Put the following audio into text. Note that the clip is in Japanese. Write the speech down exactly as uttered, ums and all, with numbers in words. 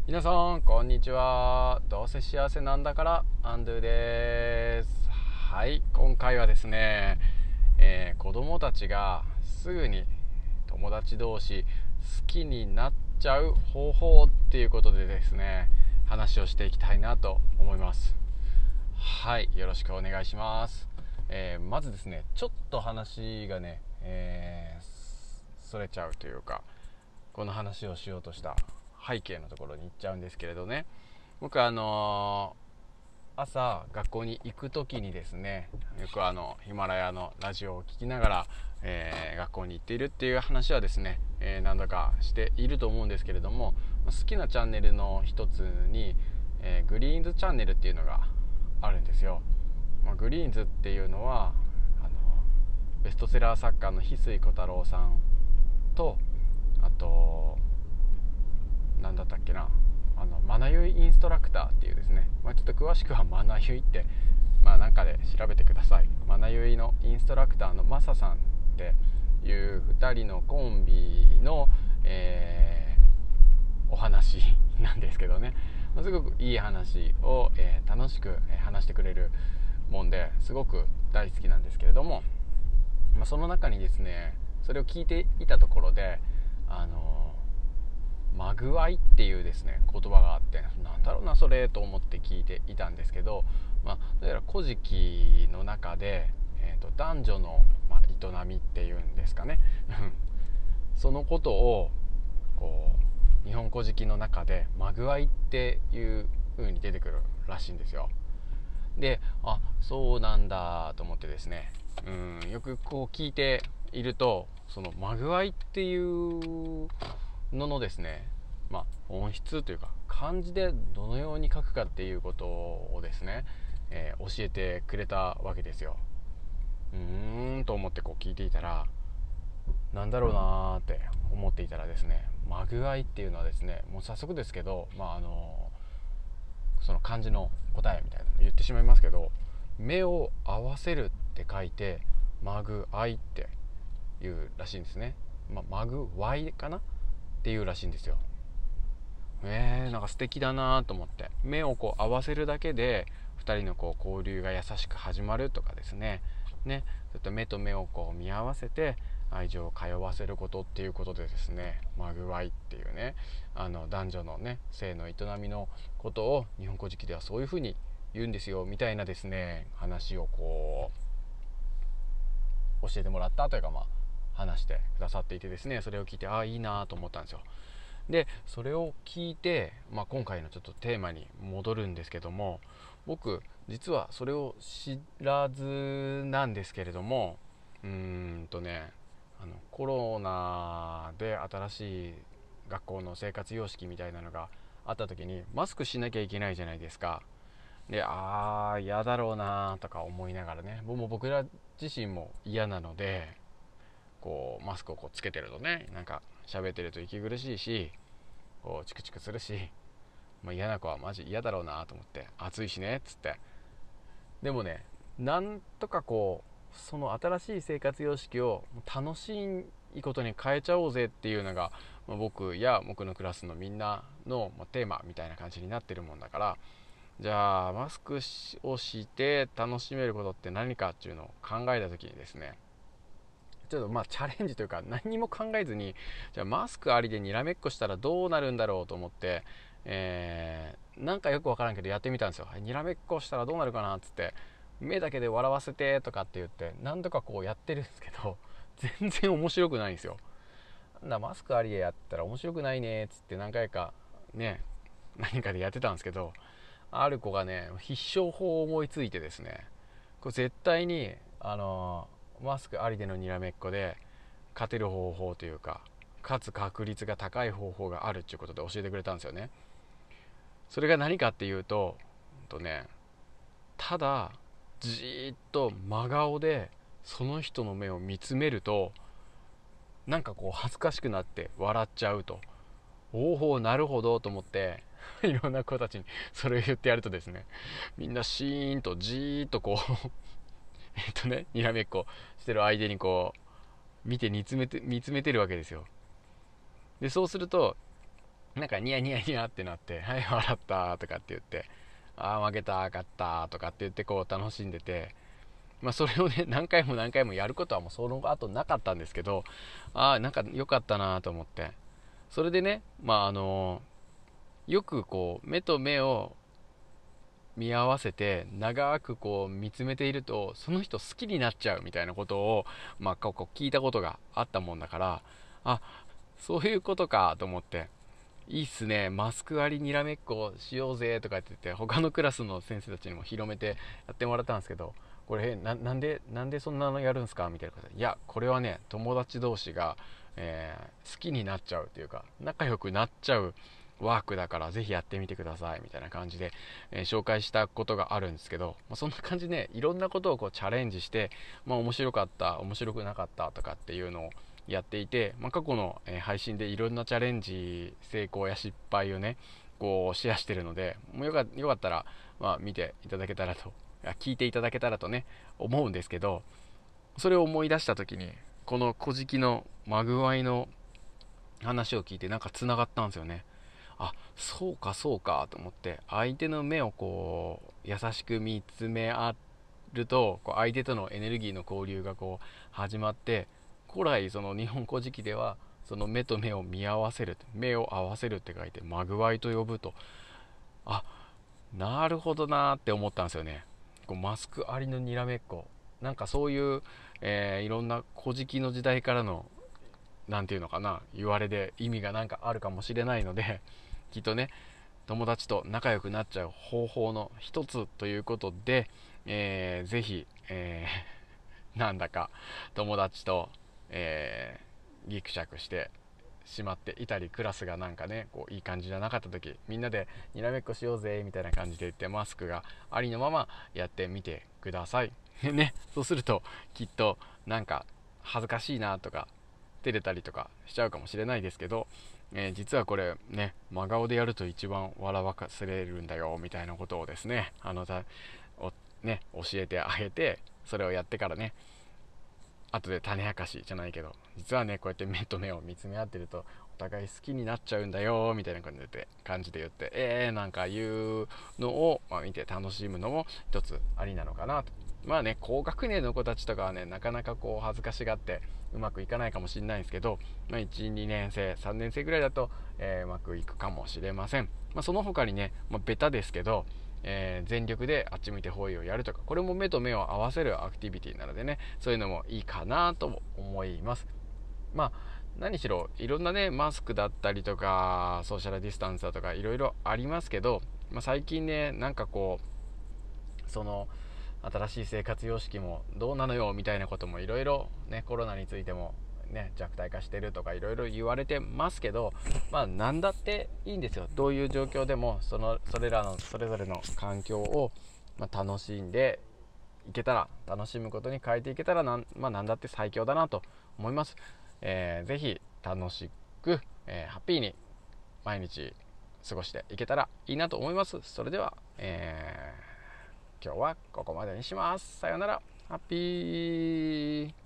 皆さんこんにちは。どうせ幸せなんだからアンドゥです。はい、今回はですね、えー子供たちがすぐに友達同士好きになっちゃう方法っていうことでですね、話をしていきたいなと思います。はい、よろしくお願いします。えーまずですね、ちょっと話がね、えーそれちゃうというか、この話をしようとした背景のところに行っちゃうんですけれどね、僕はあのー朝学校に行く時にですね、よくあのヒマラヤのラジオを聞きながら、えー学校に行っているっていう話はですね、えー何度かしていると思うんですけれども、好きなチャンネルの一つに、えーグリーンズチャンネルっていうのがあるんですよ。まあ、グリーンズっていうのはあのベストセラー作家の翡翠小太郎さんと、あと何だったっけな、あのマナユイインストラクターっていうですね、まあ、ちょっと詳しくはマナユイって、まあ、なんかで調べてください。マナユイのインストラクターのマサさんっていうふたりのコンビの、えーお話なんですけどね、まあ、すごくいい話を、えー楽しく話してくれるもんですごく大好きなんですけれども、まあ、その中にですね、それを聞いていたところで、あのマグワイっていうですね言葉があって、なんだろうなそれと思って聞いていたんですけど、まあ、どうやら古事記の中で、えー、と男女の、まあ、営みっていうんですかねそのことをこう日本古事記の中でマグワイっていう風に出てくるらしいんですよ。で、あ、そうなんだと思ってですね、うん、よくこう聞いていると、そのマグワイっていうののですね、まあ、本質というか漢字でどのように書くかっていうことをですね、えー教えてくれたわけですよ。うーんと思ってこう聞いていたら、なんだろうなーって思っていたらですね、マグワイっていうのはですね、もう早速ですけど、まああのその漢字の答えみたいなの言ってしまいますけど、目を合わせるって書いてマグアイっていうらしいんですね。まあ、マグワイかなっていうらしいんですよ。えー、なんか素敵だなと思って、目をこう合わせるだけでふたりのこう交流が優しく始まるとかですね、ね、そういった目と目をこう見合わせて愛情を通わせることっていうことでですね、マグワイっていうね、あの男女のね性の営みのことを日本古事記ではそういうふうに言うんですよみたいなですね話をこう教えてもらったというか、まあ話してくださっていてですね、それを聞いて、ああいいなと思ったんですよ。でそれを聞いて、まあ、今回のちょっとテーマに戻るんですけども、僕実はそれを知らずなんですけれども、うーんとねあのコロナで新しい学校の生活様式みたいなのがあった時にマスクしなきゃいけないじゃないですか。で、ああ嫌だろうなとか思いながらね、もう僕ら自身も嫌なので、こうマスクをこうつけてるとね、なんか喋ってると息苦しいし、こうチクチクするし、まあ、嫌な子はマジ嫌だろうなと思って、暑いしねっつって、でもね、なんとかこうその新しい生活様式を楽しいことに変えちゃおうぜっていうのが、まあ、僕や僕のクラスのみんなの、まあ、テーマみたいな感じになってるもんだから、じゃあマスクをして楽しめることって何かっていうのを考えた時にですね、ちょっとまあチャレンジというか何にも考えずに、じゃあマスクありでにらめっこしたらどうなるんだろうと思って、えー、なんかよくわからんけどやってみたんですよ。にらめっこしたらどうなるかなっつって、目だけで笑わせてとかって言って何とかこうやってるんですけど、全然面白くないんですよ。なんだマスクありでやったら面白くないねっつって何回かね、何かでやってたんですけど、ある子がね必勝法を思いついてですね、これ絶対にあのマスクありでのにらめっこで勝てる方法というか、勝つ確率が高い方法があるっていうことで教えてくれたんですよね。それが何かっていうと、とね、ただじーっと真顔でその人の目を見つめると、なんかこう恥ずかしくなって笑っちゃうと。おおなるほどと思っていろんな子たちにそれを言ってやるとですね、みんなシーンとじーっとこうえっとねにらめっこしてる相手にこう見て見つめて見つめてるわけですよ。でそうするとなんかニヤニヤニヤってなって「はい笑った」とかって言って「ああ負けた勝った」とかって言ってこう楽しんでて、まあそれをね何回も何回もやることはもうその後なかったんですけど、ああなんか良かったなと思って、それでねまああのよくこう目と目を見合わせて長くこう見つめているとその人好きになっちゃうみたいなことをまあこう聞いたことがあったもんだから、あそういうことかと思って、いいっすねマスク割りにらめっこしようぜとかって言って他のクラスの先生たちにも広めてやってもらったんですけど、これななんでなんでそんなのやるんすかみたいなことで、いやこれはね友達同士が、えー好きになっちゃうというか仲良くなっちゃうワークだからぜひやってみてくださいみたいな感じで、えー紹介したことがあるんですけど、まあ、そんな感じでねいろんなことをこうチャレンジして、まあ、面白かった面白くなかったとかっていうのをやっていて、まあ、過去の、えー配信でいろんなチャレンジ成功や失敗をねこうシェアしてるので、もうよかよかったら、まあ、見ていただけたらと、いや聞いていただけたらとね思うんですけど、それを思い出した時にこの「古事記」のマグワイの話を聞いてなんかつながったんですよね。あそうかそうかと思って、相手の目をこう優しく見つめ合るとこう相手とのエネルギーの交流がこう始まって、古来その日本古事記ではその目と目を見合わせる、目を合わせるって書いてマグワイと呼ぶと、あなるほどなーって思ったんですよね。こうマスクありのにらめっこ、なんかそういう、えーいろんな古事記の時代からのなんていうのかな言われで意味がなんかあるかもしれないので、きっとね友達と仲良くなっちゃう方法の一つということで、えーぜひ、えーなんだか友達と、えーギクシャクしてしまっていたり、クラスがなんかねこういい感じじゃなかった時、みんなでにらめっこしようぜみたいな感じで言ってマスクがありのままやってみてくださいね。そうするときっとなんか恥ずかしいなとか照れたりとかしちゃうかもしれないですけど、えー実はこれね真顔でやると一番笑わせれるんだよみたいなことをですねあのたおね教えてあげて、それをやってからね後で種明かしじゃないけど、実はねこうやって目と目を見つめ合ってるとお互い好きになっちゃうんだよみたいな感じで感じで言ってえー、なんか言うのを、まあ、見て楽しむのも一つありなのかなと。まあね高学年の子たちとかはねなかなかこう恥ずかしがってうまくいかないかもしれないんですけど、まあ、いち、にねん生さんねん生ぐらいだと、えーうまくいくかもしれません。まあ、その他にね、まあ、ベタですけどえー全力であっち向いてホイをやるとか、これも目と目を合わせるアクティビティなのでね、そういうのもいいかなと思います。まあ何しろいろんなねマスクだったりとかソーシャルディスタンスだとかいろいろありますけど、まあ、最近ねなんかこうその新しい生活様式もどうなのよみたいなこともいろいろねコロナについてもね弱体化してるとかいろいろ言われてますけど、まあ何だっていいんですよ。どういう状況でもそのそれらのそれぞれの環境を、まあ、楽しんでいけたら、楽しむことに変えていけたらなん、まあ、何だって最強だなと思います。えー、ぜひ楽しく、えーハッピーに毎日過ごしていけたらいいなと思います。それでは、えー今日はここまでにします。さようなら。ハッピー